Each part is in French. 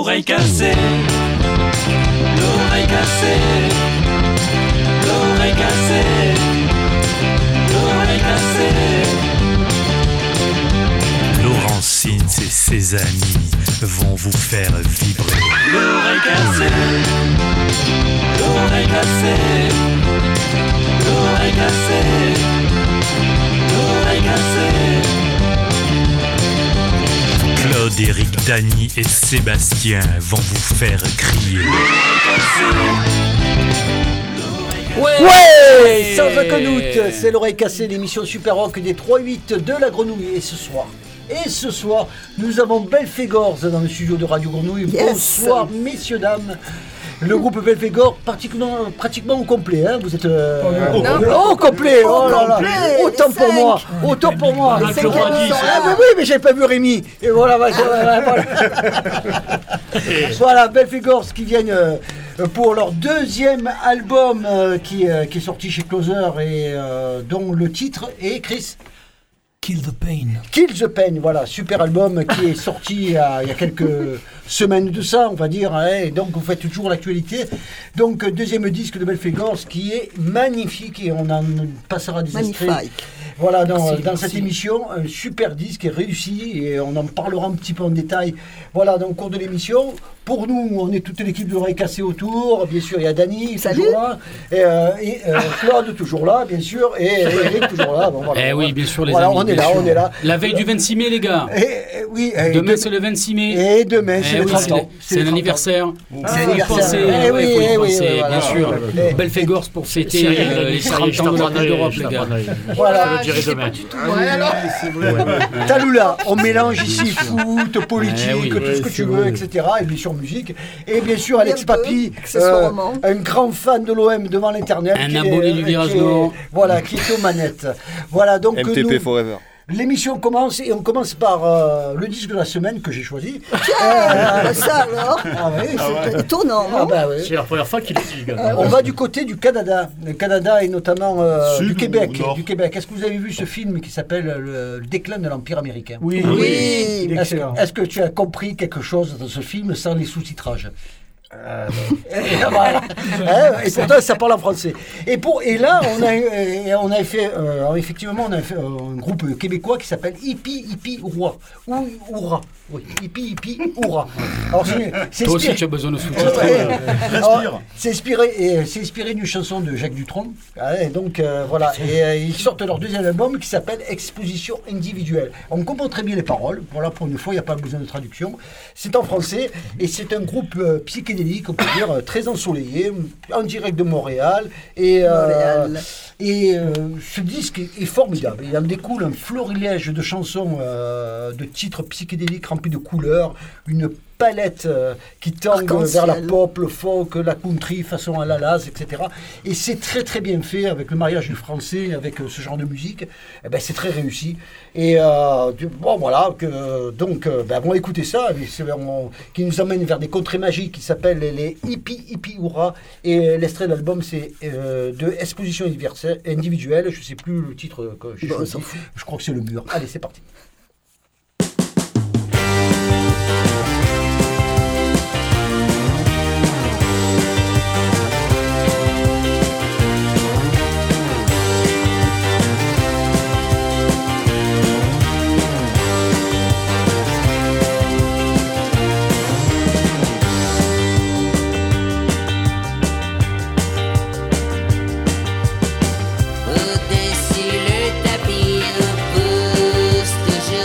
L'oreille cassée, l'oreille cassée, l'oreille cassée, l'oreille cassée. Laurentine et ses amis vont vous faire vibrer. L'oreille cassée, l'oreille cassée, l'oreille cassée, l'oreille cassée. Claude, Eric, Dany et Sébastien vont vous faire crier. Ouais, sans aucun doute, c'est l'oreille cassée, l'émission Super Rock des 3-8 de la Grenouille. Et ce soir, nous avons Belphégor dans le studio de Radio Grenouille. Yes. Bonsoir, messieurs, dames. Le groupe Belphégor, pratiquement au complet. Hein. Vous êtes au complet. Oh là là. Autant pour moi. Autant pour moi. Mais j'ai pas vu Rémi. Et voilà. Voilà, Belphégor qui viennent pour leur deuxième album qui est sorti chez Closer et dont le titre est Chris. Kill the Pain. Kill the Pain, voilà, super album qui est sorti il y a quelques semaines de ça, on va dire, hein, et donc vous faites toujours l'actualité. Donc, deuxième disque de Belphégor qui est magnifique et on en passera des extraits. Voilà, dans cette émission, un super disque réussi et on en parlera un petit peu en détail. Voilà, dans le cours de l'émission. Pour nous, on est toute l'équipe de l'oreille cassée autour. Bien sûr, il y a Dany, toujours là. Et Claude, toujours là, bien sûr. Et Eric, toujours là. Bon, voilà, oui, bien sûr, les voilà, amis. On est là. La veille du 26 mai, les gars. Demain, c'est le 26 mai. Et demain, c'est le 30 ans. C'est l'anniversaire. C'est l'anniversaire. Oui, bien sûr. Belphégor pour fêter les 30 ans de la Coupe d'Europe, les gars. Voilà. Je sais pas du tout. Taloula, on mélange ici foot, politique, tout ce que tu veux, etc. Et bien sûr musique. Et bien sûr Alex Papy, un grand fan de l'OM devant l'internet. Un abonné du virage nord. Voilà, qui est aux manettes. Voilà, donc MTP Forever. L'émission commence et on commence par le disque de la semaine que j'ai choisi. Ça alors c'est étonnant, non oui. C'est la première fois qu'il le dit. On va du côté du Canada. Le Canada et notamment du Québec. Est-ce que vous avez vu ce film qui s'appelle Le déclin de l'Empire américain ? Oui. Est-ce que tu as compris quelque chose dans ce film sans les sous-titrages ? Et pourtant ça parle en français. Et là on a fait effectivement un groupe québécois qui s'appelle Hippie Oura. Oui, Hippie Oura. Alors toi aussi tu as besoin de sous-titres. C'est inspiré d'une chanson de Jacques Dutronc. Et donc voilà. Et ils sortent leur deuxième album qui s'appelle Exposition individuelle. On comprend très bien les paroles. Voilà, pour une fois il n'y a pas besoin de traduction. C'est en français et c'est un groupe psychédélique, on peut dire, très ensoleillé, en direct de Montréal. Et ce disque est formidable. Il en découle un florilège de chansons, de titres psychédéliques remplis de couleurs, une palette qui tend vers la pop, le folk, la country, façon à la Laz, etc. Et c'est très très bien fait avec le mariage du français, avec ce genre de musique. Et ben, c'est très réussi. Et bon voilà, on va écouter ça, qui nous amène vers des contrées magiques qui s'appellent les Hippie Oura. Et l'extrait de l'album, c'est de Exposition individuelle. Je ne sais plus le titre que j'ai choisi. Je crois que c'est Le Mur. Allez, c'est parti. Au-dessus le tapis repousse toujours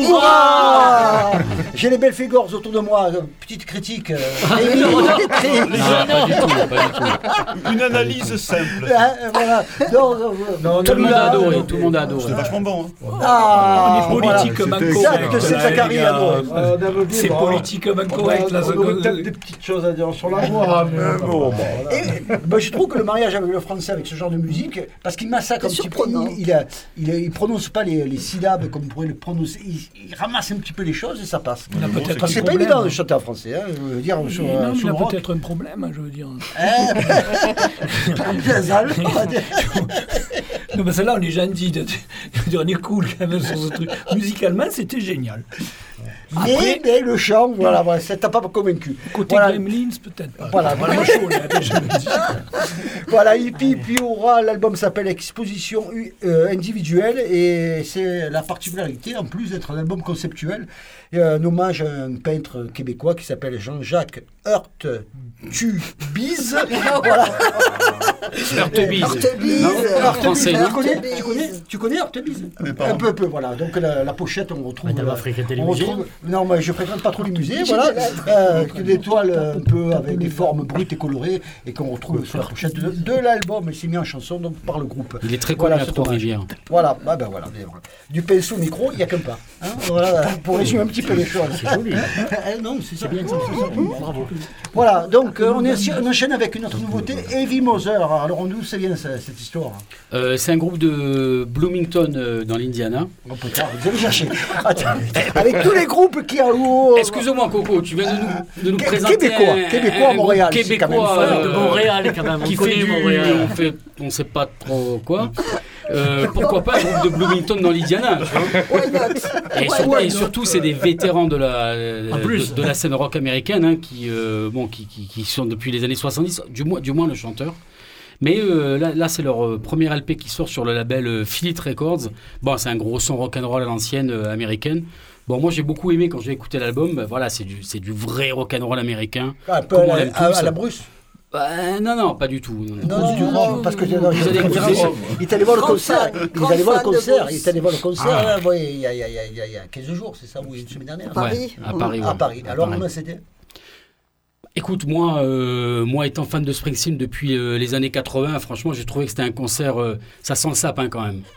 Hurrah! J'ai les Belphégors autour de moi. Petite critique. Une analyse simple. Voilà. Non, tout le monde a adoré. Tout le monde a adoré. C'est vachement bon. Hein. Ah, on est politiquement correct. C'est Zachary adoré. C'est politiquement correct. Là, on aurait peut-être des petites choses à dire sur la voix. Je trouve que le mariage avec le français, avec ce genre de musique, parce qu'il massacre un petit peu, il prononce pas les syllabes comme il pourrait le prononcer, il ramasse un petit peu les choses et ça passe. C'est pas évident de chanter en français, hein, je veux dire. Il a peut-être un problème, je veux dire. Non, mais celle-là, on est gentil. On est cool quand même sur ce truc. Musicalement, c'était génial. Mais le chant, voilà, ça t'a pas convaincu. Côté Gremlins, peut-être pas. Voilà, voilà, puis aura, l'album s'appelle Exposition individuelle et c'est la particularité, en plus d'être un album conceptuel, un hommage à un peintre québécois qui s'appelle Jean-Jacques Heurtebise. Voilà. Français. Tu connais Heurtebise? Un peu, voilà. Donc la pochette, on retrouve. Non, mais je fréquente pas trop les musées, voilà. Des toiles un peu avec des formes brutes et colorées et qu'on retrouve sur la pochette de l'album. Il s'est mis en chanson donc par le groupe. Il est très connu à Trois-Rivières. Voilà, voilà. Du pinceau au micro, il n'y a qu'un pas. Hein, voilà, pour résumer un petit peu les choses. C'est joli. Non, c'est ça. Bien, bravo. Voilà, donc on enchaîne avec une autre nouveauté, Heavy Mother. Alors d'où ça vient cette histoire? C'est un groupe de Bloomington dans l'Indiana. Oh putain, vous allez chercher. Attends, avec tous les groupes qu'il y a où... Excuse-moi Coco, tu viens de nous présenter Québécois à Montréal. Québécois de Montréal quand même. Qui fait Montréal. On ne sait pas trop quoi. Pourquoi pas un groupe de Bloomington dans l'Indiana, et surtout c'est des vétérans de la scène rock américaine, hein, qui sont depuis les années 70, du moins le chanteur. Mais là c'est leur premier LP qui sort sur le label Philip Records. Bon, c'est un gros son rock'n'roll à l'ancienne américaine. Bon, moi j'ai beaucoup aimé quand j'ai écouté l'album. Voilà, c'est du vrai rock'n'roll américain. Un peu à la Bruce. Non, pas du tout. Non, parce que il est allé voir le concert. Il est allé voir le concert. Il y a 15 jours, c'est ça, ou une semaine dernière. À Paris. Alors, comment c'était? Écoute, moi étant fan de Springsteen depuis les années 80, franchement, j'ai trouvé que c'était un concert, ça sent le sapin quand même.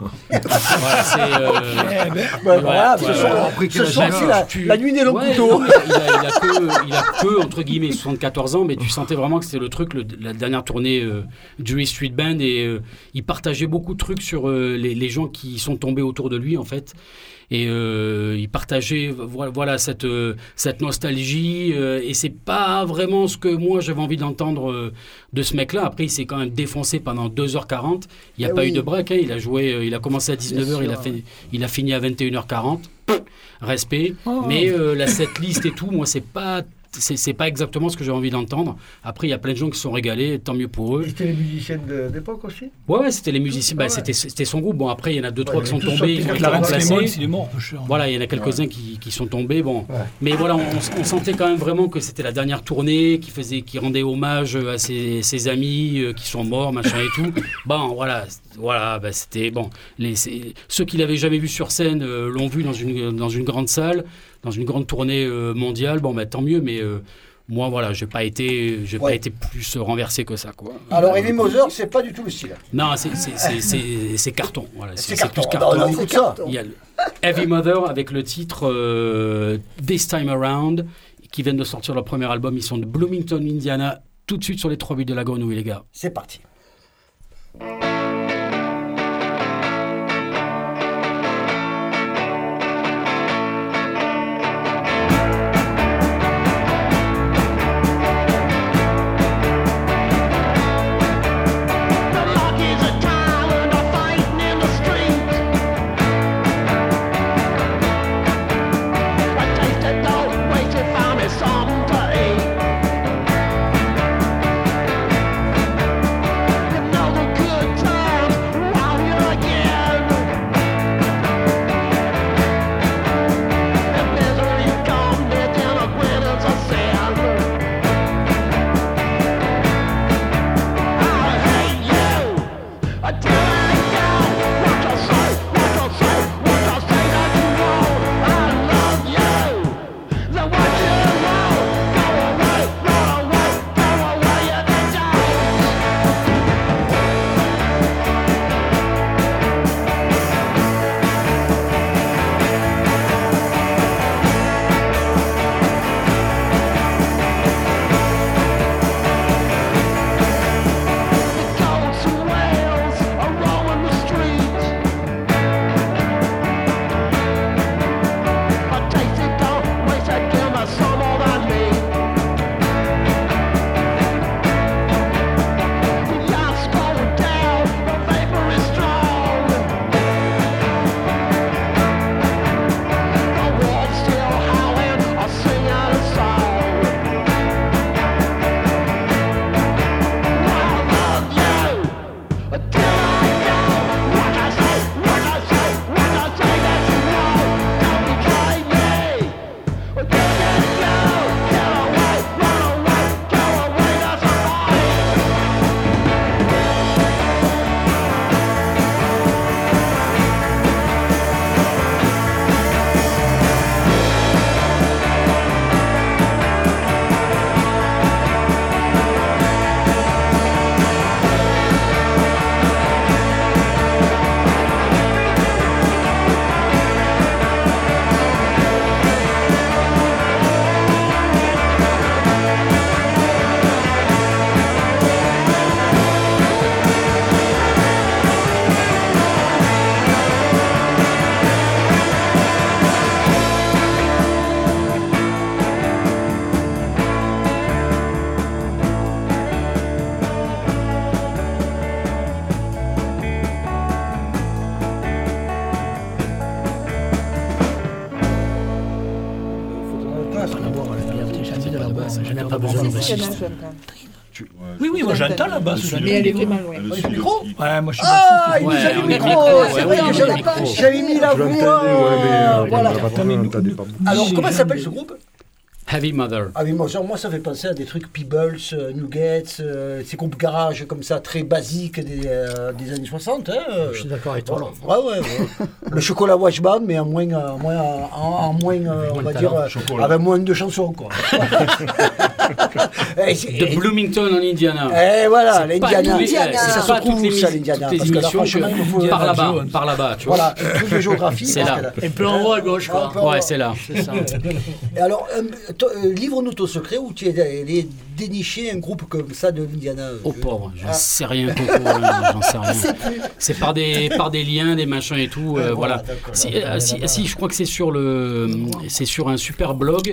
Ce soir, c'est la nuit des longs couteaux. Il a que, entre guillemets, 74 ans, mais tu sentais vraiment que c'était le truc, la dernière tournée du Street Band, et il partageait beaucoup de trucs sur les gens qui sont tombés autour de lui, en fait. Et il partageait cette nostalgie, et c'est pas vraiment ce que moi j'avais envie d'entendre de ce mec-là. Après, il s'est quand même défoncé pendant 2h40. Il n'y a pas eu de break, hein. Il a commencé à 19h, il a fini à 21h40. Respect. Mais la setlist et tout, moi c'est pas exactement ce que j'ai envie d'entendre. Après, il y a plein de gens qui se sont régalés, tant mieux pour eux. C'était les musiciens d'époque aussi? Ouais, c'était les musiciens. C'était son groupe. Bon, après, il y en a 2-3 qui sont tombés, ils ont été remplacés. Il est mort, cher. Voilà, il y en a quelques-uns qui sont tombés. Bon, mais voilà, on sentait quand même vraiment que c'était la dernière tournée, qui rendait hommage à ses amis qui sont morts, machin et tout. Bon, voilà, c'était bon. Ceux qui l'avaient jamais vu sur scène l'ont vu dans une grande salle, dans une grande tournée mondiale. Bon, tant mieux, mais moi, voilà, j'ai pas été plus renversé que ça, quoi. Alors, Heavy Mother, c'est pas du tout le style. Non, c'est carton. Voilà, c'est carton. plus carton. On écoute ça. Il y a Heavy Mother avec le titre This Time Around, qui viennent de sortir leur premier album. Ils sont de Bloomington, Indiana, tout de suite sur les 3 buts de la Grenouille, les gars. C'est parti. pas besoin de bassiste. Oui, moi j'entends la basse. Mais elle est vraiment loin. Le micro Ouais, moi je suis Ah, il nous Ouais, a mis on le est micro. micro, C'est ouais, vrai oui, que on est micro. j'avais mis la voix. Voilà. Alors, J'ai comment jamais- s'appelle ce groupe? Heavy Mother. Ah oui, moi ça fait penser à des trucs Peebles, Nuggets, ces groupes garage comme ça, très basiques des années 60. Hein. Je suis d'accord avec toi. Ouais. Le chocolat Wash Band, mais en moins, on va dire, avec moins de chansons, quoi. De Bloomington en Indiana. Et voilà, C'est pas l'Indiana. tous les- Indiana. c'est Ça pas se trouve, toutes les ça, l'Indiana, toutes les parce que là, émissions franchement, il faut- par là-bas, tu vois. Voilà, toute la géographie. C'est parce là. que Et peu en haut à gauche, Un quoi. peu en- Ouais, c'est là. C'est ça. Et alors, livre-nous ton secret où tu es allé dénicher un groupe comme ça de l'Indiana. Oh pauvre, j'en sais rien, Coco, j'en sais rien. C'est par des liens, des machins et tout, voilà. d'accord. Si, je crois que c'est sur un super blog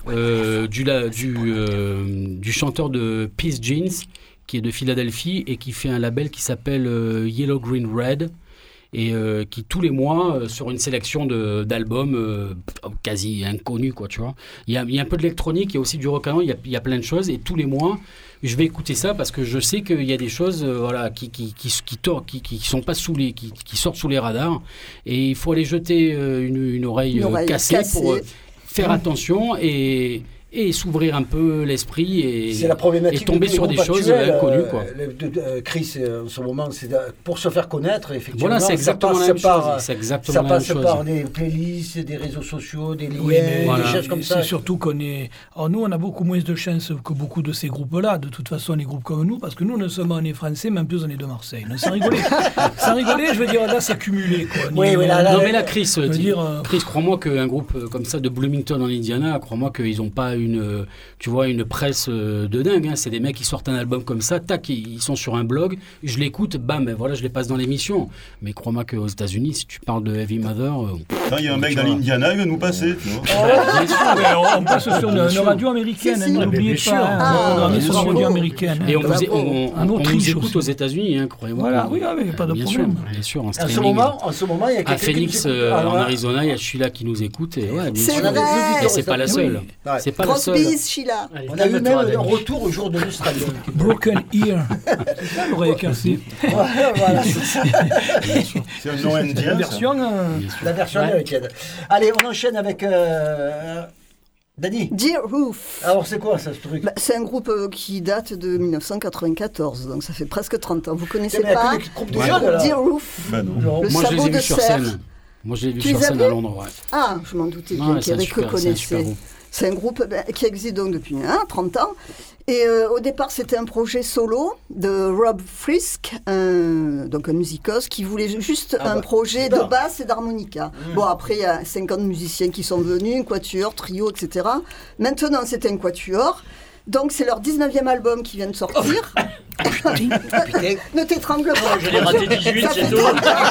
du chanteur de Peace Jeans, qui est de Philadelphie et qui fait un label qui s'appelle Yellow Green Red. Et qui tous les mois sur une sélection d'albums quasi inconnus, quoi, tu vois. Il y a un peu d'électronique, il y a aussi du rock and roll, il y a plein de choses, et tous les mois je vais écouter ça parce que je sais qu'il y a des choses voilà qui sont pas qui sortent sous les radars, et il faut aller jeter une oreille cassée pour faire attention et s'ouvrir un peu l'esprit C'est la problématique et tomber sur des choses inconnues, quoi. Chris, en ce moment, c'est pour se faire connaître, effectivement. Voilà, c'est exactement la même chose. C'est exactement ça la même passe chose. par des playlists, des réseaux sociaux, des liens, Oui, mais des choses comme ça. C'est surtout qu'on est. Alors nous, on a beaucoup moins de chance que beaucoup de ces groupes-là. De toute façon, les groupes comme nous, parce que nous, non seulement on est français, mais en plus on est de Marseille. Non, sans rigoler, je veux dire, là, c'est cumulé, quoi. Oui, là, Non mais là, Chris, dire, crois-moi qu'un groupe comme ça de Bloomington en Indiana, crois-moi qu'ils n'ont pas une presse de dingue. Hein. C'est des mecs qui sortent un album comme ça, tac, ils sont sur un blog, je l'écoute, bam, et voilà, je les passe dans l'émission. Mais crois-moi qu'aux États-Unis, si tu parles de Heavy Mother, Quand il y a un mec dans l'Indiana, il va nous passer. Tu vois. bien sûr. on passe sur une radio américaine, Si, si. n'oubliez pas. On est sur une radio américaine. Et on Un nous Autriche écoute aussi. aux États-Unis, hein, croyez-moi. Voilà, oui, pas de bien problème. sûr, bien sûr, en En streaming. ce moment, il y a quelqu'un À Phoenix, qui nous écoute. en Arizona, il y a Sheila qui nous écoute. Et ouais, bien C'est sûr. vrai. Et c'est pas la seule. Ouais. C'est pas la Grosse seule. bise, Sheila. On a eu même un retour au jour de l'Australie. Broken Ear. C'est ça l'oreille cassée. Voilà, c'est ça. C'est un nom indien. La ça. version. La version américaine. Allez, on enchaîne avec Dany. Dear Roof. Alors, c'est quoi ça, ce truc? C'est un groupe qui date de 1994, donc ça fait presque 30 ans. Vous connaissez Mais il y a pas que des groupes de jeunes, là. Dear Roof, Ben non. Non. le Moi, je sabot les ai de vus sur cerf. scène. Moi, je l'ai vu Tu sur les as scène vus à Londres. Ouais. Ah, je m'en doutais bien Ouais, qu'il y avait que c'est un super connaissait. groupe. C'est un groupe qui existe donc depuis 30 ans. Et au départ, c'était un projet solo de Rob Frisk, donc un musicos, qui voulait juste un projet super. de basse et d'harmonica. Bon, après, il y a 50 musiciens qui sont venus, un quatuor, trio, etc. Maintenant, c'est un quatuor. Donc, c'est leur 19e album qui vient de sortir. Ne t'étrangle pas. Je l'ai raté 18, c'est tout.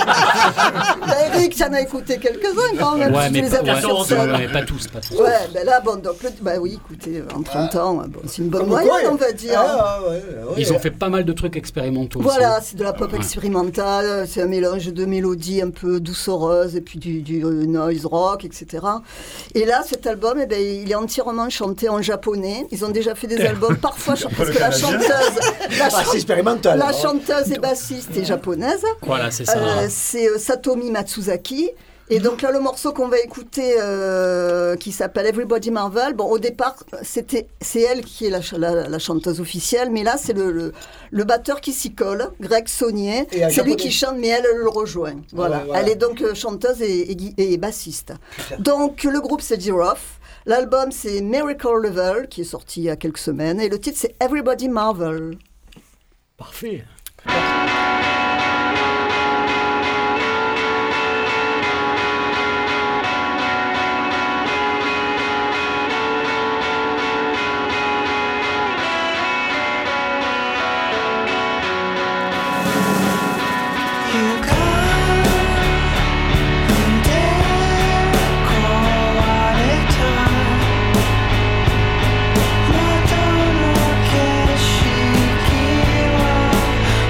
Eric, tu en as écouté quelques-uns quand même. Ouais, tu mais les as pas, vus sur scène. pas tous. Pas tous. Ouais, ben là, bon, donc, bah oui, écoutez, en 30 ans, bon, c'est une bonne Comme moyenne, quoi, on va dire. ouais. Ils ont fait pas mal de trucs expérimentaux Voilà, aussi. c'est de la pop expérimentale, c'est un mélange de mélodies un peu doucereuses et puis du noise rock, etc. Et là, cet album, eh ben, il est entièrement chanté en japonais. Ils ont déjà fait des albums parfois, parce que la c'est expérimental. la chanteuse et bassiste est japonaise. Voilà, c'est ça. C'est Satomi Matsuzaki. Et donc là, le morceau qu'on va écouter, qui s'appelle Everybody Marvel, bon, au départ, c'est elle qui est la chanteuse officielle, mais là, c'est le batteur qui s'y colle, Greg Saunier. C'est japonais. lui qui chante, mais elle le rejoint. Voilà. Ouais, voilà. Elle est donc chanteuse et bassiste. Donc, le groupe, c'est Giraffe. L'album, c'est Miracle Level, qui est sorti il y a quelques semaines. Et le titre, c'est Everybody Marvel. Parfait. 「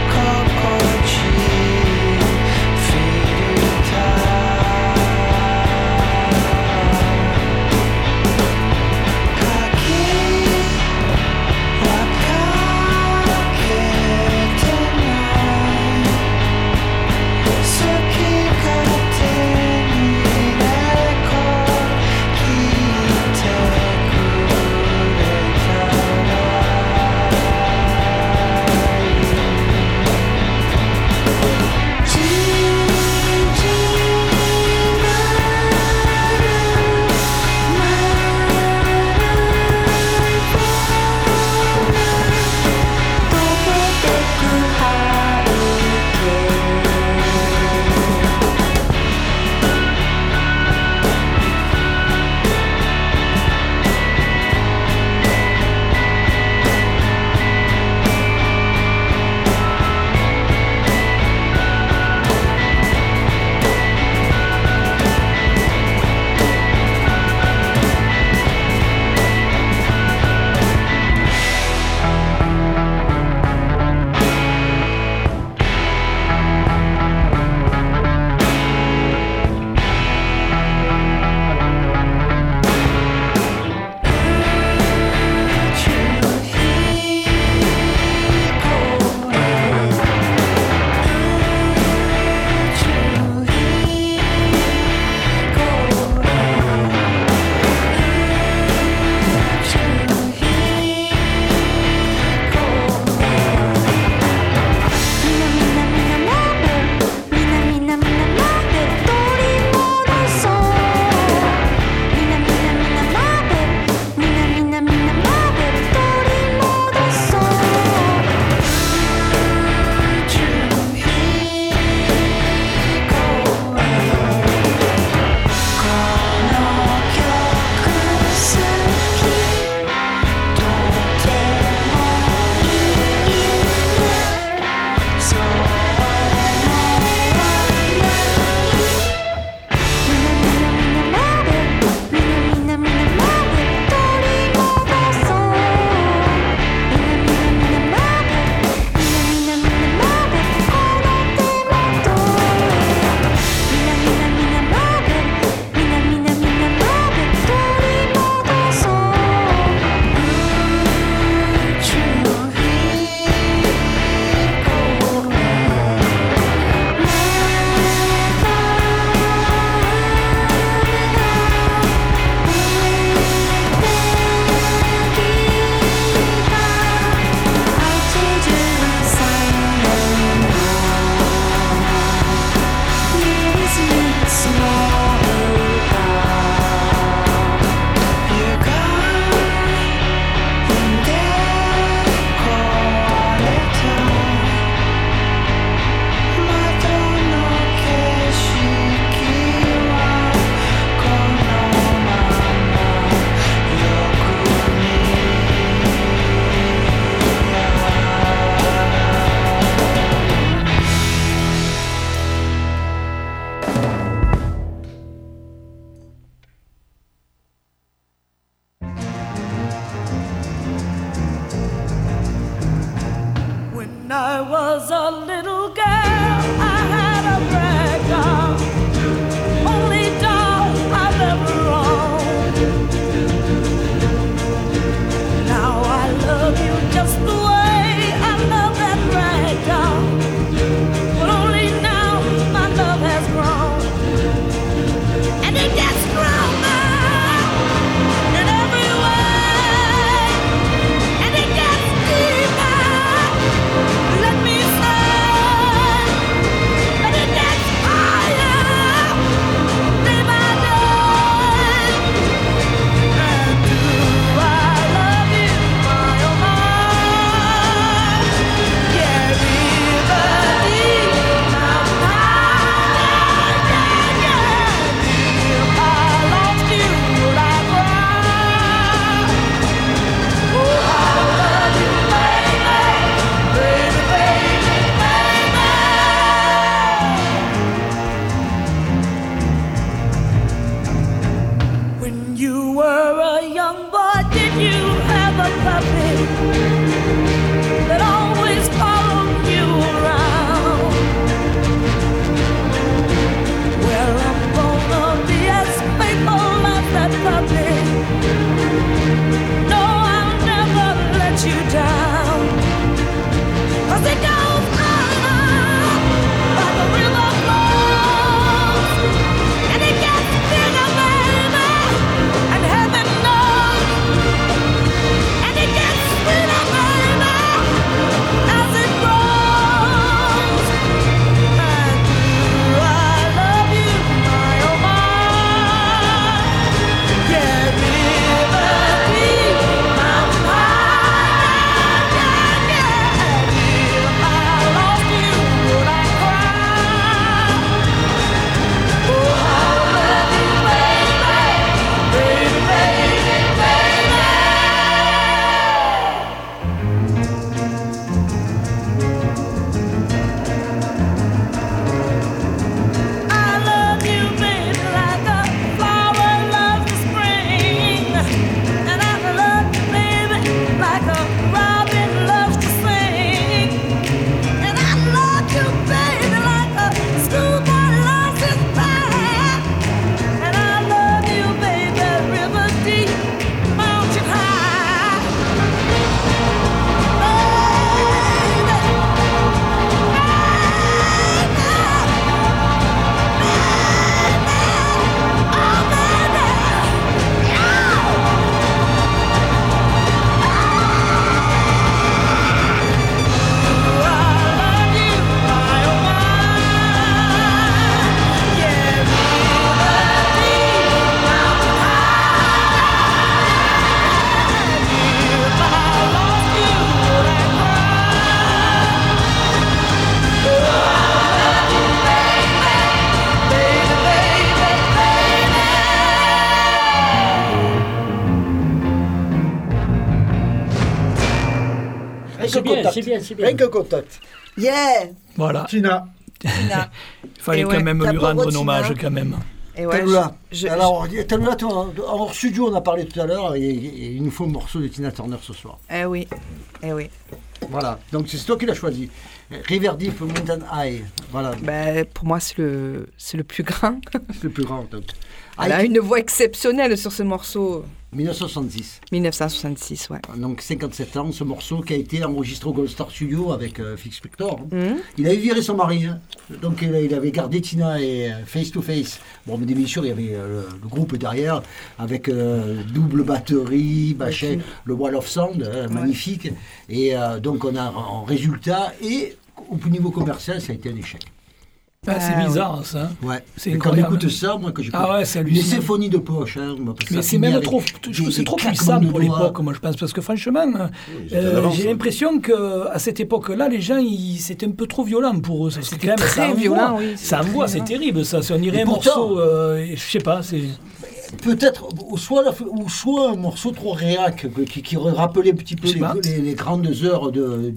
c'est bien, contact. c'est bien, c'est bien. Rien que contact. Yeah. Voilà. Tina. Tina. Il fallait Et quand ouais, même la lui pauvre rendre un Tina. hommage quand même. Et ouais, Talula. je- Alors, Talula, toi, hors studio, on a parlé tout à l'heure, et il nous faut un morceau de Tina Turner ce soir. Eh oui. Eh oui. Voilà. Donc, c'est toi qui l'as choisi. River Deep Mountain High. Voilà. Ben, pour moi, c'est le plus grand. C'est le plus grand. Donc. Elle a une voix exceptionnelle sur ce morceau. 1966. 1966, ouais. Donc 57 ans, ce morceau qui a été enregistré au Gold Star Studio avec Phil Spector. Hein. Mhm. Il avait viré son mari, hein. Donc il avait gardé Tina et Face to Face. Bon, mais bien sûr, il y avait le groupe derrière avec double batterie, machin, le Wall of Sound, magnifique. Et donc on a en résultat, et au niveau commercial, ça a été un échec. Ah, c'est bizarre ça. Ouais. C'est Et quand on incroyable. écoute ça, moi que j'écoute Ah ouais, c'est une hallucinant. symphonie de poche. Hein, Mais c'est même trop, je trouve que c'est trop puissant pour l'époque, moi je pense, parce que franchement, j'ai l'impression que à cette époque-là, les gens, c'était un peu trop violent pour eux. C'était quand même très ça envoie, violent, oui, ça c'était envoie, très c'est violent. terrible ça. Si on irait Et un pourtant- morceau, je sais pas, c'est. Peut-être, ou soit un morceau trop réac, qui rappelait un petit peu Je sais pas. les grandes heures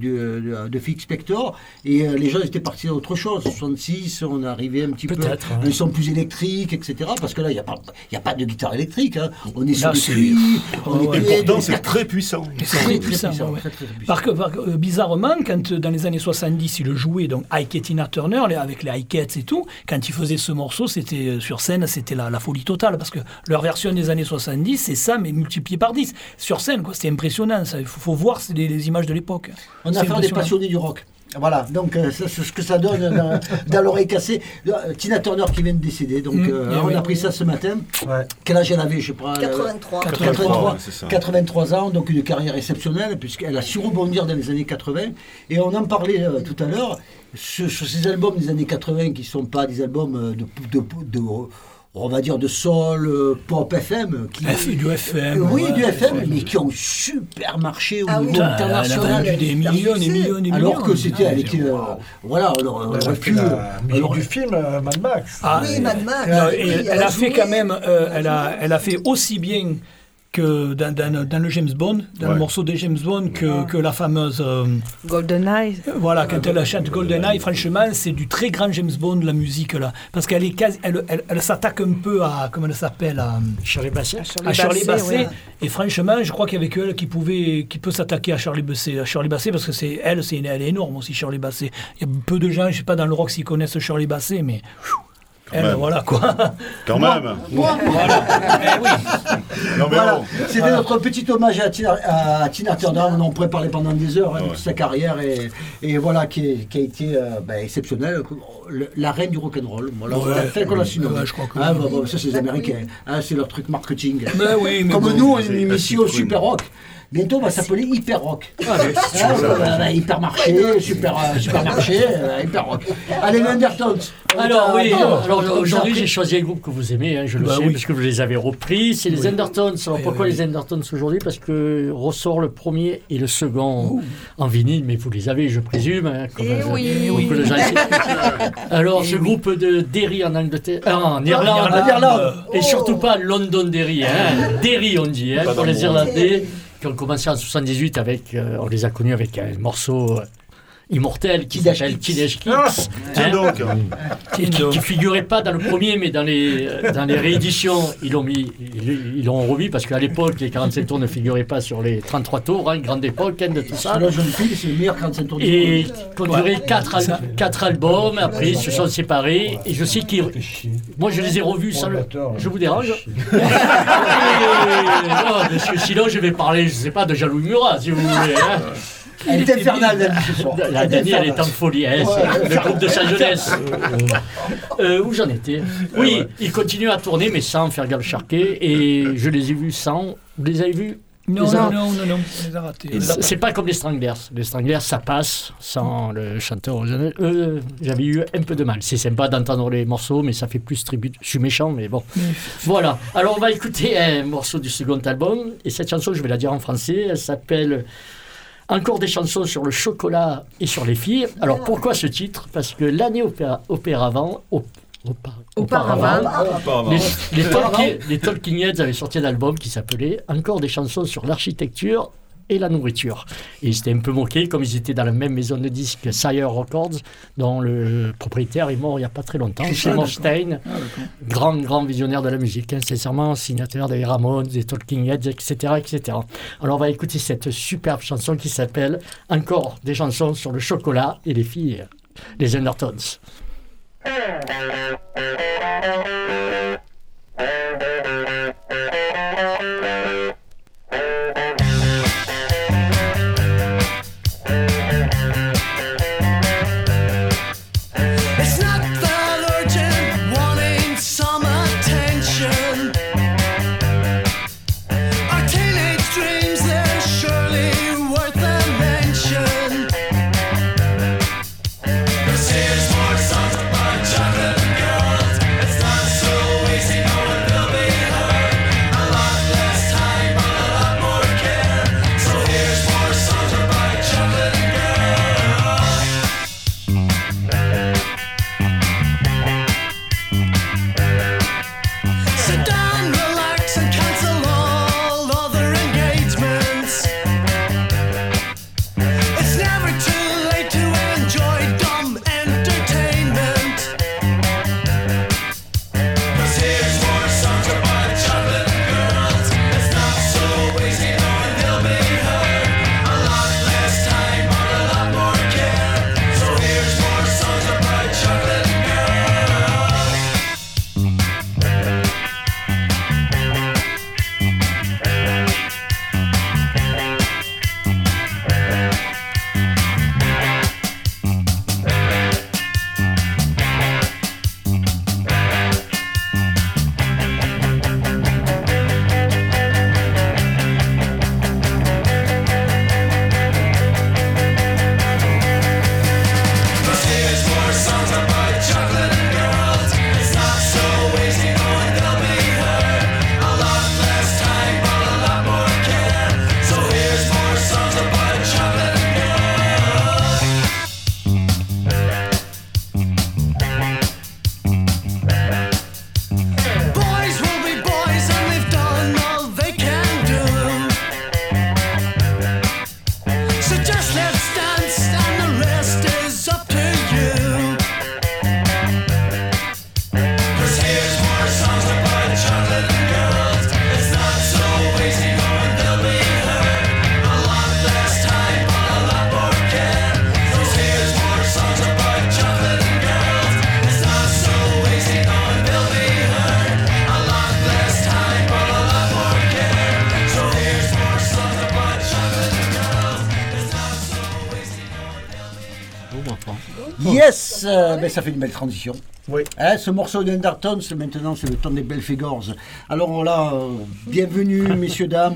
de Phil Spector, et les gens étaient partis à autre chose. 66, on est arrivé un petit peu Peut-être, à ouais. un son plus électrique, etc. Parce que là, il n'y a pas de guitare électrique. Hein. On est sur Là, des c'est- cuivres, on est Et des- pourtant, des- c'est très puissant. C'est très puissant, ouais. très, très puissant. Bizarrement, quand dans les années 70, il jouait donc Ike et Tina Turner avec les Ikeettes et tout, quand il faisait ce morceau, c'était sur scène, c'était la folie totale parce que leur version des années 70, c'est ça, mais multiplié par 10. Sur scène, quoi, c'était impressionnant. Il faut voir les images de l'époque. On a C'est affaire à des impressionnant. passionnés du rock. Voilà, donc c'est ce que ça donne dans l'oreille cassée. Tina Turner qui vient de décéder, donc on a appris ça ce matin. Ouais. Quel âge elle avait, je sais pas. 83. 83, ouais, c'est ça. 83 ans, donc une carrière exceptionnelle, puisqu'elle a su rebondir dans les années 80. Et on en parlait tout à l'heure, sur ces albums des années 80 qui ne sont pas des albums on va dire de soul, pop FM. Du FM. Oui, ouais, du FM, ouais. mais qui ont super marché au Ah oui. niveau Elle a international. vendu des millions et millions et millions. Alors que c'était, elle était, voilà, Elle aurait a pu. fait la musique alors- du film Mad Max. Ah, Oui, Mad Max. non, Oui, et elle a fait joué. quand même, elle a fait aussi bien que dans le James Bond, dans le Ouais. morceau de James Bond, que la fameuse, GoldenEye. voilà, quand elle chante GoldenEye, franchement, c'est du très grand James Bond, la musique là, parce qu'elle est elle s'attaque un peu à, comment elle s'appelle, à Shirley Bassey. Shirley Bassey, ouais. et franchement, je crois qu'avec elle, qui peut s'attaquer à Shirley Bassey, parce que elle est énorme aussi, Shirley Bassey. Il y a peu de gens, je sais pas, dans le rock s'ils connaissent Shirley Bassey, mais elle, même. voilà quoi. Quand même. Voilà. Eh oui. Non, mais Voilà, bon. c'était notre petit hommage à Tina Turner. On en pourrait parler pendant des heures, hein, Ouais. de sa carrière, et voilà, qui a été exceptionnelle. La reine du rock'n'roll. Voilà, on l'a fait qu'on l'a su nommer. Ouais, je crois que Ah, oui. bah, ça, c'est les Américains. Hein, c'est leur truc marketing. Mais oui, mais Comme bon, nous, on est c'est une émission la petite super rock. Bientôt, on va s'appeler Hyper Rock. Hypermarché, supermarché, Hyper Rock. Allez, les Undertones. Alors oui, alors on aujourd'hui t'a j'ai pris- choisi un groupe que vous aimez, hein, je le Bah sais, oui. parce que vous les avez repris, c'est les Undertones. Alors Oui, pourquoi oui. les Undertones aujourd'hui? Parce que ressort le premier et le second en vinyle, mais vous les avez, je présume. Hein, comme beaucoup de gens ici. Alors ce groupe de Derry en Angleterre, en Irlande, et surtout pas London Derry, hein, Derry on dit, hein, pour les Irlandais, qui ont commencé en 78 avec, on les a connus avec un morceau immortel qui Teenage s'appelle Kicks. Teenage Kicks. Tiens donc. Qui figurait pas dans le premier, mais dans les rééditions, ils l'ont remis parce qu'à l'époque, les 45 tours ne figuraient pas sur les 33 tours, hein, grande époque hein, de tout ça. La jeune fille, c'est le meilleur 45 tours du Et monde. qui ont duré 4 albums, après ils se sont séparés. Et je sais qu'ils. Moi je les ai revus sans le. Je vous dérange non, parce que sinon je vais parler, je sais pas, de Jean-Louis Murat, si vous voulez. Hein. Elle est infernale, Dani, ce soir. La Dani, elle est en folie, hein, c'est le groupe de sa jeunesse. Où j'en étais? Oui, ils continuent à tourner, mais sans faire Gab Charquet, et je les ai vus sans. Vous les avez vus? Non, on les a ratés. C'est pas comme les Stranglers. Les Stranglers, ça passe sans le chanteur original. J'avais eu un peu de mal. C'est sympa d'entendre les morceaux, mais ça fait plus tribut. Je suis méchant, mais bon. Voilà. Alors, on va écouter un morceau du second album. Et cette chanson, je vais la dire en français. Elle s'appelle Encore des chansons sur le chocolat et sur les filles. Alors, pourquoi ce titre? Parce que l'année auparavant, les Talking Heads avaient sorti un album qui s'appelait Encore des chansons sur l'architecture et la nourriture. Et ils s'étaient un peu moqués, comme ils étaient dans la même maison de disques, Sire Records, dont le propriétaire est mort il n'y a pas très longtemps, Seymour Stein, grand visionnaire de la musique, sincèrement, signateur des Ramones, des Talking Heads, etc., etc. Alors on va écouter cette superbe chanson qui s'appelle encore des chansons sur le chocolat et les filles, les Undertones. Yes, ben ça fait une belle transition. Oui. Hein, ce morceau d'Undertones, maintenant c'est le temps des Belphégors. Alors là, bienvenue messieurs, dames.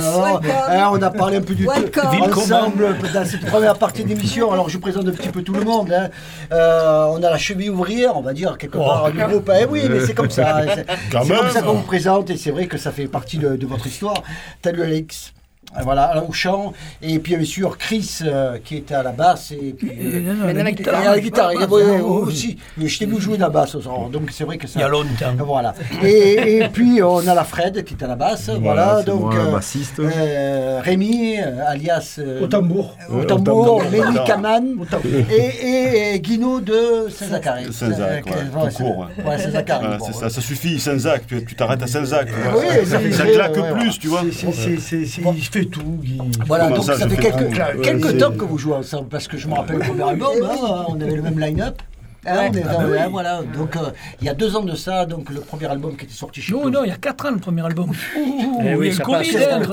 On a parlé un peu du tout ensemble dans cette première partie d'émission. Alors je vous présente un petit peu tout le monde. Hein. On a la cheville ouvrière, on va dire, quelque part du groupe. Eh oui, mais c'est comme ça. C'est comme ça qu'on vous présente et c'est vrai que ça fait partie de votre histoire. Salut Alex. Voilà, au chant, et puis bien sûr Chris qui était à la basse et puis à la guitare aussi. Je t'ai vu jouer de la basse, donc c'est vrai que ça. Il y a longtemps. Voilà. Et puis on a la Fred qui est à la basse, voilà donc bassiste. Rémi alias au tambour, Méli Kaman et Guino de Saint-Zacharie. Saint-Zac, Saint-Zacharie. C'est ça, ça suffit, Saint-Zac, tu t'arrêtes à Saint-Zac. Oui, ça claque plus, tu vois. Il fait tout. Voilà, donc ça fait quelques temps que vous jouez ensemble, parce que je me rappelle le premier album, on avait le même line-up. Voilà, donc il y a 2 ans de ça, donc le premier album qui était sorti chez nous. Non, il y a 4 ans le premier album. Oui, ça passe.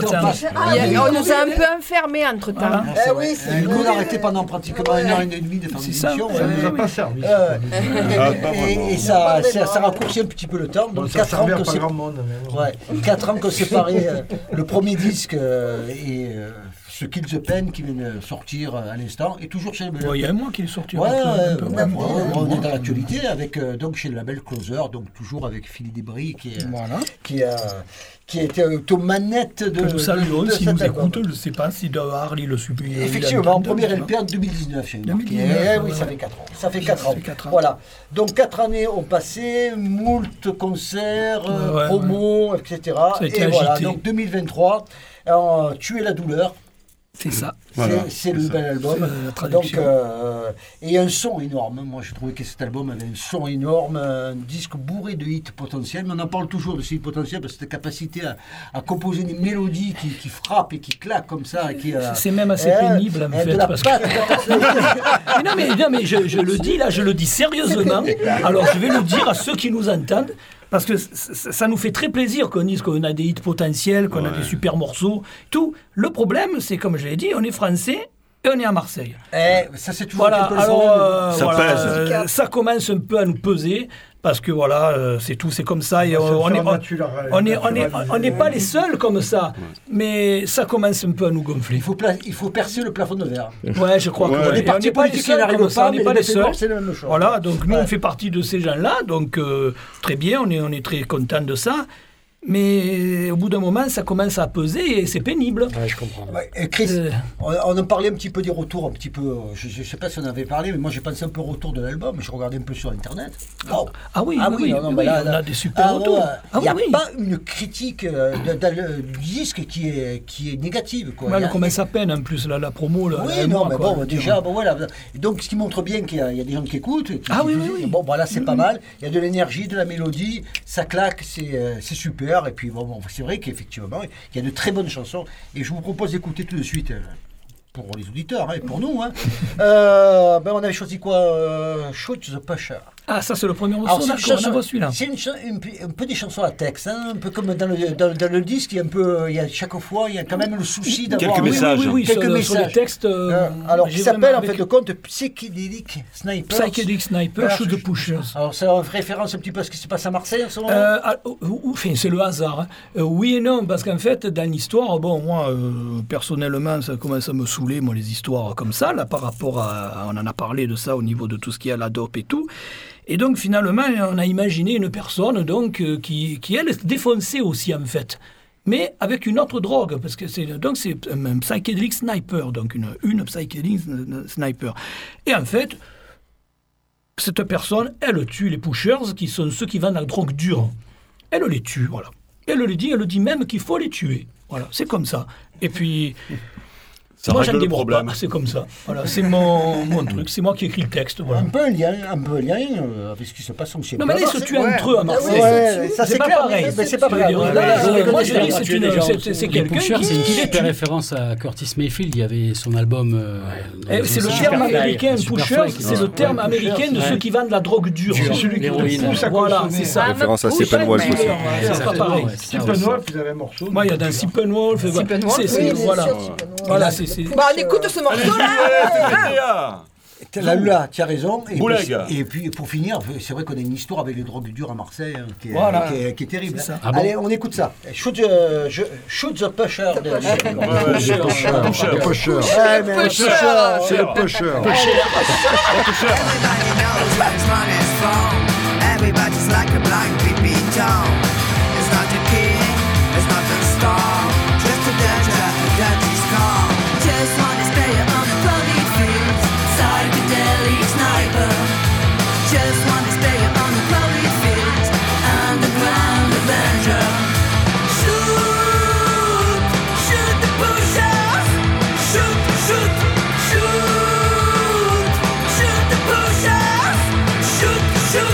On nous a un peu enfermés entre temps. Nous on a arrêté pendant pratiquement 1h30 de faire des émissions. Ça nous a pas servi. Et ça raccourcit un petit peu le temps. Donc 4 ans que 4 ans qu'on séparait le premier disque et ce Kill the Pen qui vient de sortir à l'instant et toujours chez le label. Il y a un mois qu'il est sorti. On est dans l'actualité avec donc chez le label Closer, donc toujours avec Philippe Desbris qui était aux manettes de. Nous saluons s'il nous écoute, je ne sais pas si Harley le subit. Effectivement, premier LP en 2019. Oui, ça fait 4 ans. Ça fait 4 ans. Voilà. Donc 4 années ont passé, moult concerts, promos, etc. Ça a été agité. Voilà. Donc 2023, Tuer la douleur. C'est ça. Voilà, c'est le bel album. La traduction. Donc, et un son énorme. Moi, je trouvais que cet album avait un son énorme, un disque bourré de hits potentiels. Mais on en parle toujours de ces hits potentiels parce que cette capacité à composer des mélodies qui frappent et qui claquent comme ça. C'est même assez pénible en fait. Parce que... non, mais je le dis là, je le dis sérieusement. Alors, je vais le dire à ceux qui nous entendent. Parce que ça nous fait très plaisir qu'on dise qu'on a des hits potentiels, qu'on a des super morceaux, tout. Le problème, c'est comme je l'ai dit, on est français et on est à Marseille. Ça, c'est toujours voilà, alors, ça pèse. Ça commence un peu à nous peser. Parce que voilà, c'est tout, c'est comme ça. Et on n'est pas les seuls comme ça. Mais ça commence un peu à nous gonfler. Il faut percer le plafond de verre. Ouais, je crois qu'on les partis politiques n'arrivent pas, mais les seuls. C'est la même chose. Voilà, donc nous, on fait partie de ces gens-là. Donc, très bien, on est très contents de ça. Mais au bout d'un moment, ça commence à peser et c'est pénible. Ouais, je comprends. Ouais, Chris, on en parlait un petit peu des retours, un petit peu. Je ne sais pas si on avait parlé, mais moi j'ai pensé un peu au retour de l'album. Je regardais un peu sur Internet. Oh. Ah oui, on a des super retours. Il n'y a pas une critique du disque qui est négative. Quoi. Elle commence à peine en plus, la promo. Là, oui, non, mais bon, déjà, voilà. Donc ce qui montre bien qu'il y a des gens qui écoutent. Oui. Bon, voilà, c'est pas mal. Il y a de l'énergie, de la mélodie, ça claque, c'est super. Et puis bon, c'est vrai qu'effectivement, il y a de très bonnes chansons. Et je vous propose d'écouter tout de suite, pour les auditeurs, et pour nous. On avait choisi quoi Shoot the Pusher. Ah, ça c'est le premier morceau, d'accord, celui-là. C'est un peu des chansons à texte, un peu comme dans le disque, chaque fois, il y a quand même le souci d'avoir... Quelques messages. Quelques messages. Sur les textes... alors, qui s'appelle en fait de compte Psychedelic Sniper. Psychedelic Sniper, Shoot the Pushers. Alors, ça en référence un petit peu à ce qui se passe à Marseille en ce moment c'est le hasard. Oui et non, parce qu'en fait, dans l'histoire, bon, moi, personnellement, ça commence à me saouler, moi, les histoires comme ça, là, par rapport à... On en a parlé de ça au niveau de tout ce qui est à la dope et tout. Et donc, finalement, on a imaginé une personne donc, qui elle, défonçait aussi, en fait. Mais avec une autre drogue, parce que c'est un psychedelic sniper, donc une psychedelic sniper. Et en fait, cette personne, elle tue les pushers, qui sont ceux qui vendent la drogue dure. Elle les tue, voilà. Elle le dit même qu'il faut les tuer. Voilà, c'est comme ça. Et puis... Moi, j'en déborde pas, c'est comme ça. Voilà, c'est mon truc, c'est moi qui écris le texte. Voilà. Un peu un lien avec ce qui se passe en Chine. Non, mais là, ils se tuent entre eux à Marseille. Ça, c'est pas pareil. Mais c'est pas pareil. Moi, je dis, c'est quelqu'un qui... C'est une super référence à Curtis Mayfield. Il y avait son album... C'est le terme américain, pusher, c'est le terme américain de ceux qui vendent la drogue dure. C'est celui qui te pousse à Voilà, consommer. c'est ça. Référence à Steppenwolf aussi. C'est pas pareil. Steppenwolf, ils avaient un morceau. Moi, il y a dans Steppenwolf. Voilà, c'est... on écoute ce morceau-là. Là, tu as raison. Et puis, pour finir, c'est vrai qu'on a une histoire avec les drogues dures à Marseille qui est terrible. Allez, on écoute ça. Shoot the Pusher. C'est le pusher. C'est le pusher. Everybody's like a blind baby doll. It's not the king, it's not the star. Just a dirty scar. Just wanna spray it on the bloody fields. Psychedelic sniper. Just wanna spray it on the bloody fields. Underground avenger. Shoot, shoot the pushers. Shoot, shoot, shoot, shoot the pushers. Shoot, shoot.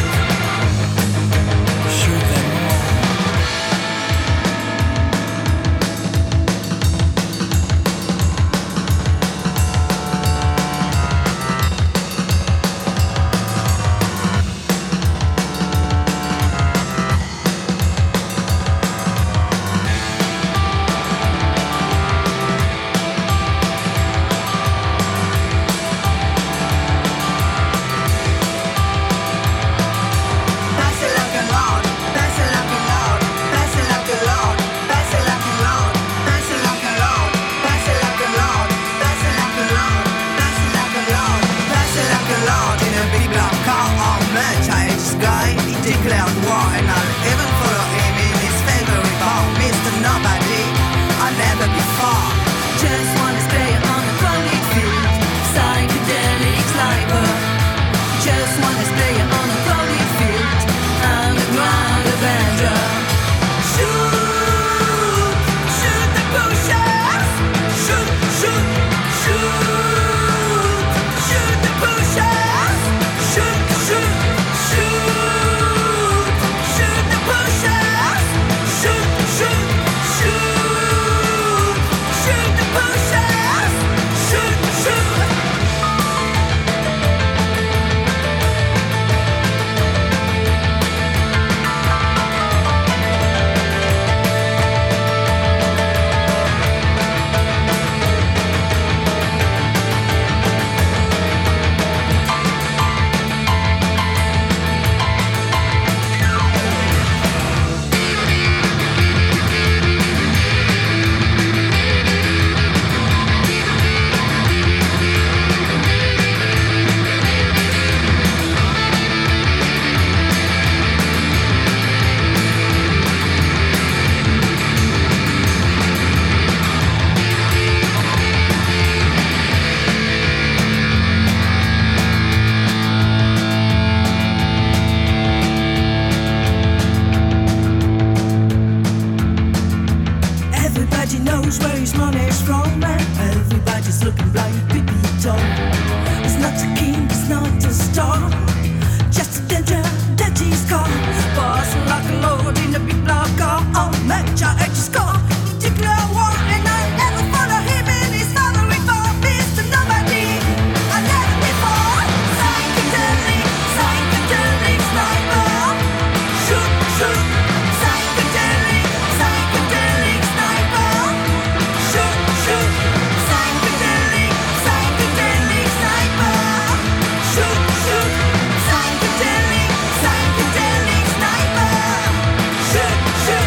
knows where his money's from, man. Everybody's looking blind, Pipito. He's not a king, he's not a star. Just a danger that he's got. Boss like a lord in a big black car. Oh, match our edges car. Declare war and I never follow him in his other reform. Mr. Nobody, I never before. Psychedelic, psychedelic sniper. Shoot, shoot. Psychedelic, psychedelic sniper. Shoot, shoot. Psychedelic, psychedelic sniper. Shoot, shoot. Psychedelic, psychedelic sniper. Shoot, shoot.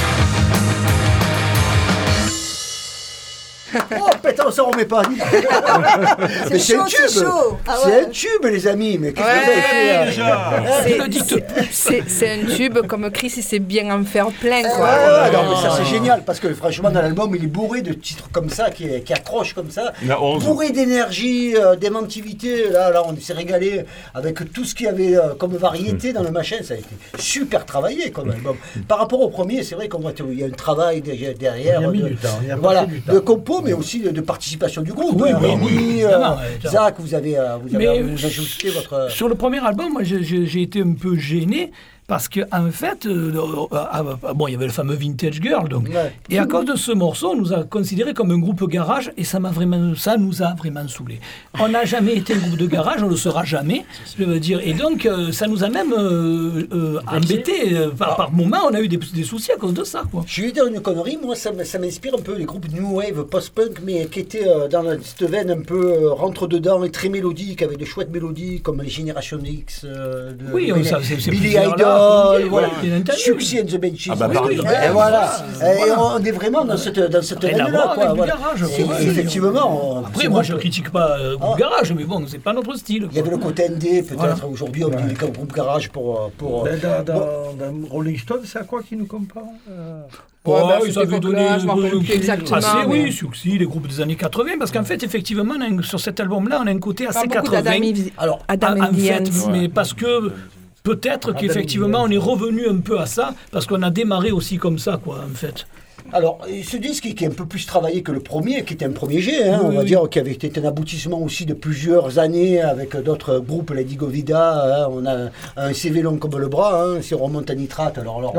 Oh putain, on s'en remet pas. Mais c'est un chaud, tube. c'est chaud. Ah C'est ouais. un tube, les amis. Mais qu'est-ce que vous avez fait C'est un tube, comme Chris, il sait bien en faire plein, quoi. Ouais, non, mais ça c'est génial parce que franchement dans l'album il est bourré de titres comme ça qui accrochent comme ça, Il y en a 11. bourré d'énergie, d'inventivité. Là on s'est régalé avec tout ce qu'il y avait comme variété dans le machin. Ça a été super travaillé comme album. Par rapport au premier, c'est vrai qu'on voit qu'il y a un travail derrière. Il y a mis du temps, il y a Voilà, passé du temps. de compo mais aussi de participation du groupe. Oui, oui, Rémi, oui, évidemment, ouais, Zach, vous avez Mais ajouté votre. sur le premier album, moi j'ai été un peu gêné parce que en fait, bon, il y avait le fameux Vintage Girl, donc, Ouais. et à cause de ce morceau, on nous a considéré comme un groupe garage et ça nous a vraiment saoulé. On n'a jamais été un groupe de garage, on ne le sera jamais, je veux dire, et donc ça nous a même embêté. Par moment, on a eu des soucis à cause de ça, quoi. Je vais dire une connerie, moi ça m'inspire un peu les groupes New Wave, post-punk, mais qui étaient dans cette veine un peu rentre-dedans et très mélodique, avec de chouettes mélodies comme les Générations X, Oui, ça, c'est Billy plusieurs Idol, là, voilà, bien entendu. Suxy and the Benchies. Ah bah, pardon. Et voilà. Et on est vraiment dans cette Rien à veine-là. voir quoi, avec voilà. du garage, Et ouais. effectivement. Après, c'est moi, bon. je critique pas le groupe garage, mais bon, c'est pas notre style. Il y avait le côté ND, peut-être Voilà. aujourd'hui on dit comme groupe garage pour. Dans Rolling Stone, c'est à quoi qu'ils nous comparent Ouais, bah, ils cette avaient donné époque-là, je m'en rappelle plus exactement, assez, mais- oui, Suxy, les groupes des années 80, parce qu'en fait, effectivement, sur cet album-là, on a un côté assez Pas beaucoup 80. d'Adam Adam En and the fait, Ants. mais parce que peut-être qu'effectivement, on est revenu un peu à ça, parce qu'on a démarré aussi comme ça, quoi, en fait. Alors, ce disque qui est un peu plus travaillé que le premier, qui était un premier jet, Oui, on va oui. dire, qui avait été un aboutissement aussi de plusieurs années avec d'autres groupes, Lady Govida, on a un CV long comme le bras, si on remonte à Nitrate, alors... Non.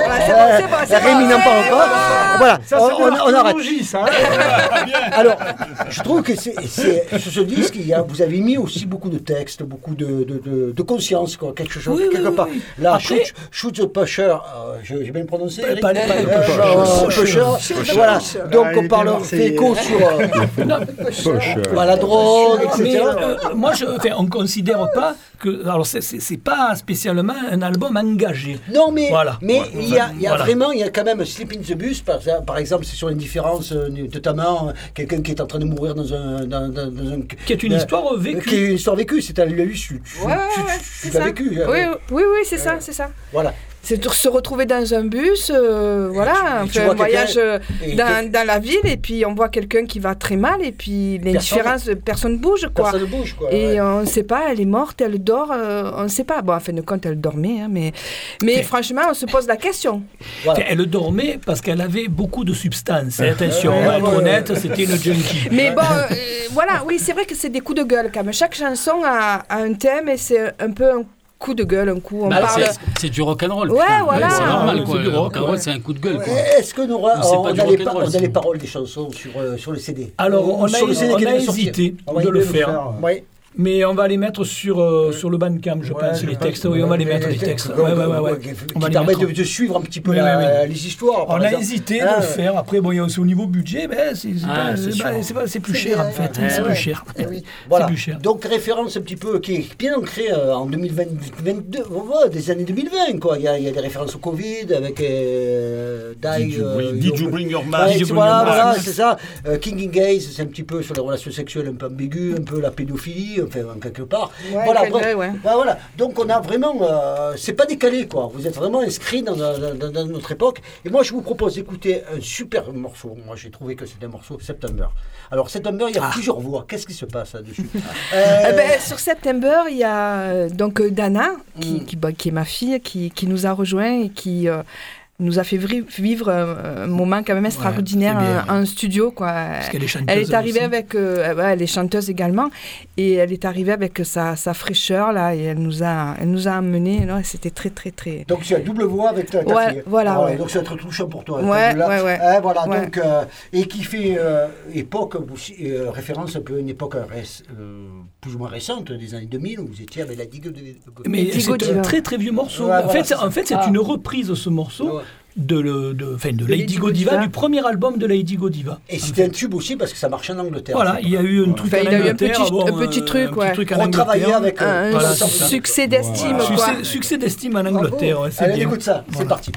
Rémi n'en parle pas. Voilà, Ça, c'est de on arrête. l'archéologie, ça. Alors, je trouve que sur ce disque, vous avez mis aussi beaucoup de textes, beaucoup de conscience, quoi, quelque chose, Oui, quelque oui, part. oui. Là, Après- Shoot the Pusher, j'ai bien prononcé Eric pas le Pusher. Voilà, donc on parle, on fait écho sur la drogue, Mais etc. moi, on ne considère pas que. Alors, c'est pas spécialement un album engagé. Non, mais Voilà. il y a Voilà. vraiment, il y a quand même Sleep in the Bus, par exemple, c'est sur l'indifférence, notamment quelqu'un qui est en train de mourir dans un Qui est une histoire vécue. Qui est une histoire vécue, c'est à lui, tu c'est l'as ça. vécu. Oui, c'est ça, c'est ça. Voilà. C'est de se retrouver dans un bus, voilà, on tu fait vois un voyage et dans la ville et puis on voit quelqu'un qui va très mal et puis l'indifférence, personne bouge, quoi. Personne ne bouge, quoi. Et ouais. on ne sait pas, elle est morte, elle dort, on ne sait pas. Bon, en fin de compte, elle dormait, hein, mais franchement, on se pose la question. Voilà. Elle dormait parce qu'elle avait beaucoup de substances. Attention, on va être honnête, c'était une junkie. Mais bon, voilà, oui, c'est vrai que c'est des coups de gueule quand même. Chaque chanson a un thème et c'est un peu un coup de gueule, un coup. On Bah, parle. c'est du rock'n'roll. Ouais, putain. voilà. C'est normal, quoi. C'est du Le rock, rock'n'roll, ouais. c'est un coup de gueule, quoi. Est-ce que nous, on c'est pas du rock'n'roll, a les c'est- paroles des chansons sur le CD? Alors, on Sur le CD qui a vient de sortir. hésité Ah ouais, de le de faire. Oui. Mais on va les mettre sur le Bandcamp, je pense, les textes. Oui, on va les mettre, les textes. Ouais. On va Qui les permettent mettre. de suivre un petit peu Oui, les histoires. par On a exemple. hésité de le faire. Après, bon, il y a aussi au niveau budget, c'est plus cher, en fait. C'est plus cher. Voilà. C'est plus cher. Donc référence un petit peu qui est bien ancrée en 2022, des années 2020 quoi. Il y a des références au Covid avec Did you bring your Ouais, mask? voilà, c'est ça. King Gaze, c'est un petit peu sur les relations sexuelles un peu ambiguës, un peu la pédophilie, enfin en quelque part. Ouais, Voilà, quel bref. vrai, ouais. Voilà. Donc on a vraiment, c'est pas décalé quoi. Vous êtes vraiment inscrit dans notre époque. Et moi je vous propose d'écouter un super morceau. Moi j'ai trouvé que c'était un morceau September. Alors September, il y a plusieurs voix. Qu'est-ce qui se passe là-dessus? Sur September, il y a donc Dana, qui est ma fille, qui nous a rejoints et qui nous a fait vivre un moment quand même extraordinaire en studio, quoi. Parce qu'elle est chanteuse. Elle est arrivée aussi. avec, elle est chanteuse également, et elle est arrivée avec sa fraîcheur là, et elle nous a emmenés. Non, c'était très très très. Donc tu as double voix avec ta fille. Voilà. Ouais. Donc ça va être touchant pour toi. Ouais. Voilà. Ouais. Donc et qui fait époque référence un peu à une époque plus ou moins récente des années 2000 où vous étiez avec la Digo Diva. Mais c'est un très très vieux morceau. En fait, c'est une reprise de ce morceau. De Lady Godiva, du premier album de Lady Godiva. Et c'était un tube aussi parce que ça marchait en Angleterre. Voilà, il y a eu un truc en Angleterre. Un petit truc On travaillait avec un succès d'estime. Succès d'estime en Angleterre. Allez, écoute ça, c'est parti.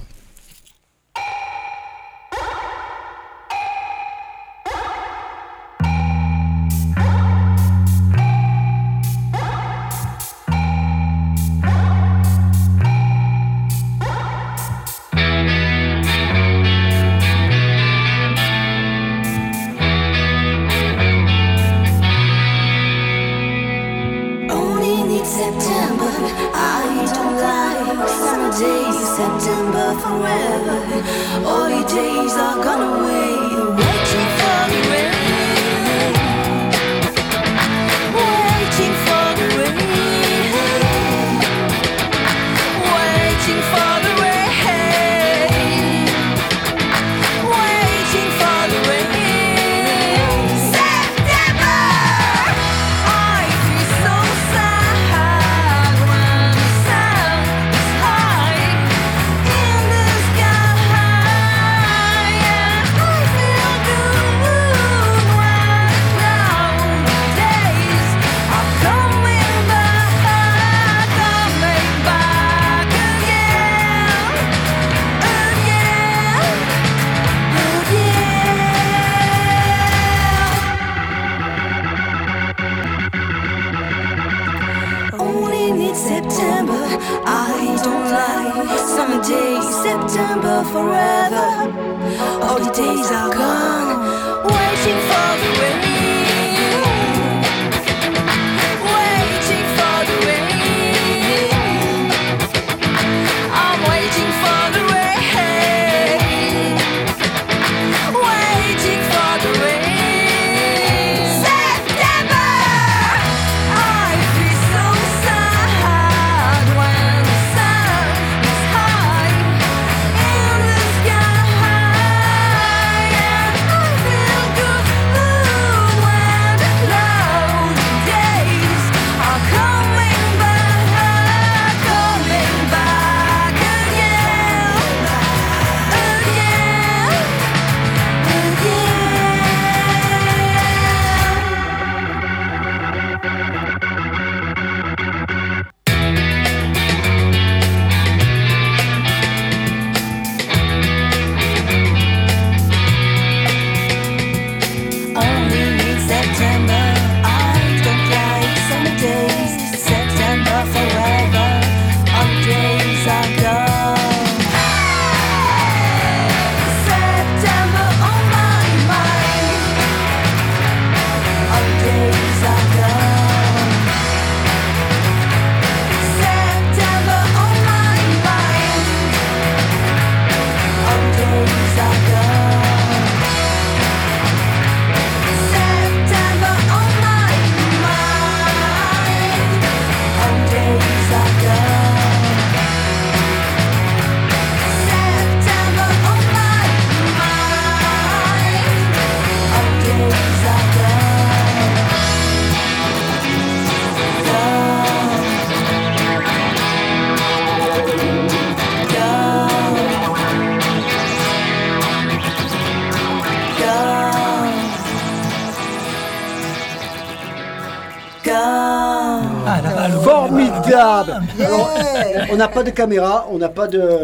Formidable. Alors, on n'a pas de caméra, on n'a pas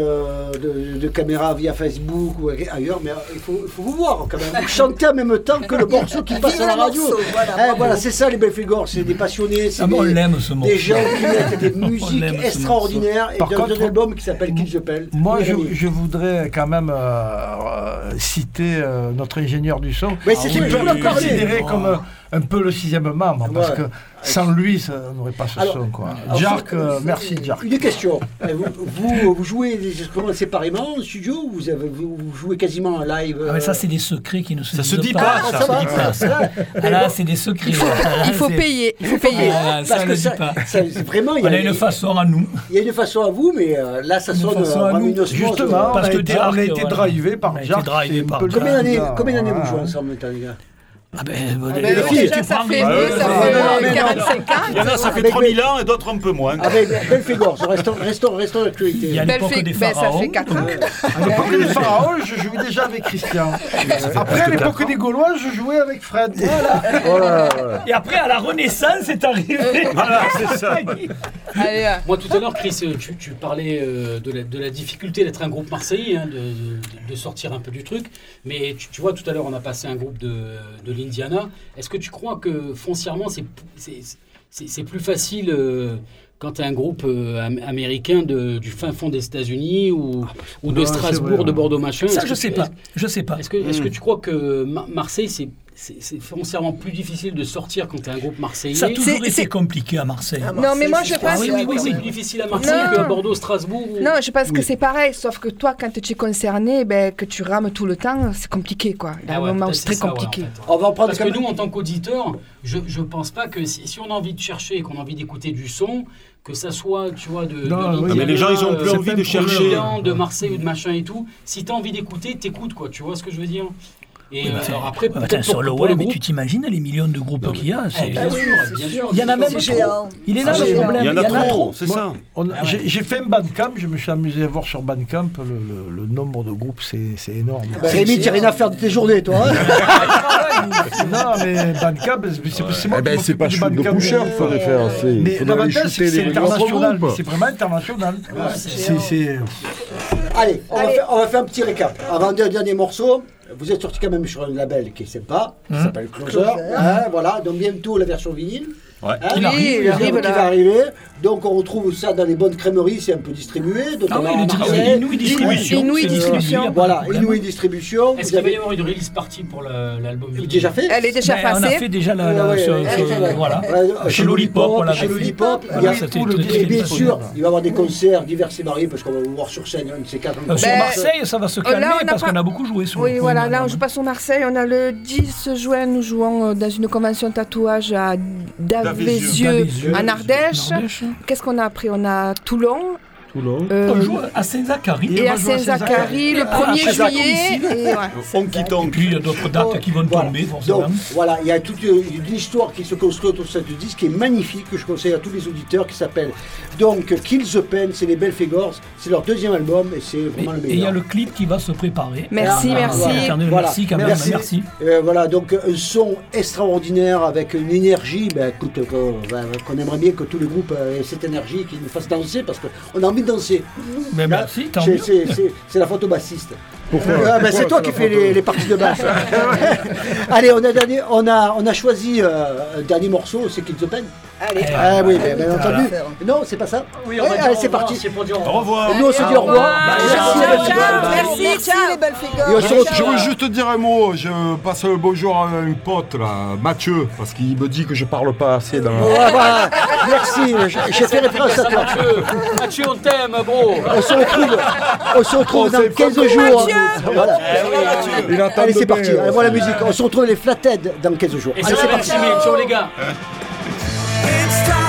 de caméra via Facebook ou ailleurs, mais il faut vous voir quand même. Vous chantez en même temps que le morceau qui passe à la radio. Voilà, c'est ça les Belphégor, c'est des passionnés, c'est on l'aime, ce morceau. Des gens qui mettent des musiques extraordinaires et dans un album qui s'appelle Kill the Pell. Moi, je voudrais quand même citer notre ingénieur du son. Mais c'est considéré comme un peu le sixième membre, parce que Sans lui, ça n'aurait pas ce son, quoi. Jark, merci, Jark. Une question. Vous jouez des instruments séparément en studio ou vous jouez quasiment en live mais ça, c'est des secrets qui ne se disent se dit pas. pas, ça va. Là, c'est des secrets. Il faut payer. Il faut payer. Ça, on ne dit pas. Vraiment, On a une façon à nous. Il y a une façon à vous, mais là, ça sonne vraiment une osmose. Justement, parce que on a été drivé par Jark. Combien d'années vous jouez ensemble maintenant, les gars? Les filles, ça fait 45 ans. Il y en a, ça fait 3000 ans et d'autres un peu moins. Avec Belphégor, restons d'actualité. Il y a l'époque des Ça pharaons. fait 4 ans. À l'époque des pharaons, je jouais déjà avec Christian. Après, à l'époque des Gaulois, je jouais avec Fred. Voilà. Et après, à la Renaissance, c'est arrivé. Voilà, c'est ça. Allez, Moi, tout à l'heure, Chris, tu parlais de la difficulté d'être un groupe marseillais, hein, de sortir un peu du truc. Mais tu vois, tout à l'heure, on a passé un groupe de l'Indiana. Est-ce que tu crois que foncièrement, c'est plus facile quand tu es un groupe américain du fin fond des États-Unis ou de Strasbourg, de Bordeaux, machin? Ça, je sais pas. Est-ce que tu crois que Marseille, c'est foncièrement plus difficile de sortir quand tu es un groupe marseillais? Ça a toujours été compliqué à Marseille. Non, mais moi, je pense... Oui, c'est plus difficile à Marseille qu'à Bordeaux, Strasbourg. Non, je pense que c'est pareil, sauf que toi, quand tu es concerné, que tu rames tout le temps, c'est compliqué, quoi. Il y a un moment où c'est très compliqué. Ouais, en fait. On va en prendre parce que nous, en tant qu'auditeurs, je pense pas que si on a envie de chercher, qu'on a envie d'écouter du son, que ça soit, tu vois, mais les gens, ils ont plus envie de chercher. De Marseille ou de machin et tout. Si tu as envie d'écouter, t'écoutes, quoi. Tu vois ce que je veux dire? Et alors après, sur le web, tu t'imagines les millions de groupes qu'il y a? Bien sûr. Il y en a même trop. Il est là le problème. Il y en a trop, c'est ça. J'ai fait un Bandcamp, je me suis amusé à voir sur Bandcamp le nombre de groupes, c'est énorme. Rémi, tu n'as rien à faire de tes journées, toi. Non, mais Bandcamp, c'est moi qui c'est pas shoot de pusher qu'il faudrait faire. Mais l'avantage, c'est que c'est international. C'est vraiment international. Allez, on va faire un petit récap. Avant le dernier morceau, vous êtes sorti quand même sur un label qui est sympa, qui s'appelle Closer. Voilà, donc bientôt la version vinyle. Ouais. Qui va arriver. Donc on retrouve ça dans les bonnes crèmeries, c'est un peu distribué. Donc on a Inouï Distribution. Voilà, Inouï Distribution. Est-ce qu'il va y avoir une release party pour l'album vinyle? Déjà fait? Elle est déjà passée. On a fait déjà chez Lollipop. Et bien sûr, il va y avoir des concerts divers et variés parce qu'on va vous voir sur scène. Sur Marseille, ça va se calmer parce qu'on a beaucoup joué sur Oui, voilà, là on joue pas sur Marseille. On a le 10 juin, nous jouons dans une convention tatouage à Davézieux, en Ardèche. Qu'est-ce qu'on a après? On a Toulon. On joue à Saint-Zacharie. Et à Saint-Zacharie, le 1er juillet. Et puis il y a d'autres dates qui vont tomber, forcément. Donc voilà, il y a toute une histoire qui se construit autour de ce disque qui est magnifique, que je conseille à tous les auditeurs, qui s'appelle donc Kill the Pen, c'est les Belphégors, c'est leur deuxième album et c'est vraiment le meilleur. Et il y a le clip qui va se préparer. Merci. Merci quand même, merci. Voilà, donc un son extraordinaire avec une énergie, qu'on aimerait bien que tous les groupes aient cette énergie, qui nous fassent danser parce qu'on a envie de danser. Mais merci, tant mieux. C'est la photo bassiste. C'est toi qui fais les parties de basse. Allez, on a choisi un dernier morceau, c'est Kill the Pen. Allez. Oui, bien entendu. Non, c'est pas ça. Oui, on va dire allez, c'est parti. Au revoir. Nous, on se dit au revoir. Merci, ciao les Belphégors. Je veux juste te dire un mot. Je passe le bonjour à un pote, là, Mathieu, parce qu'il me dit que je parle pas assez dans Merci, j'ai fait référence à toi. Mathieu, on t'aime, bro. On se retrouve dans 15 jours. Voilà. Allez, c'est parti. Voilà la musique. On se retrouve les Flathead dans 15 jours. Et c'est parti. Ciao les gars. It's time.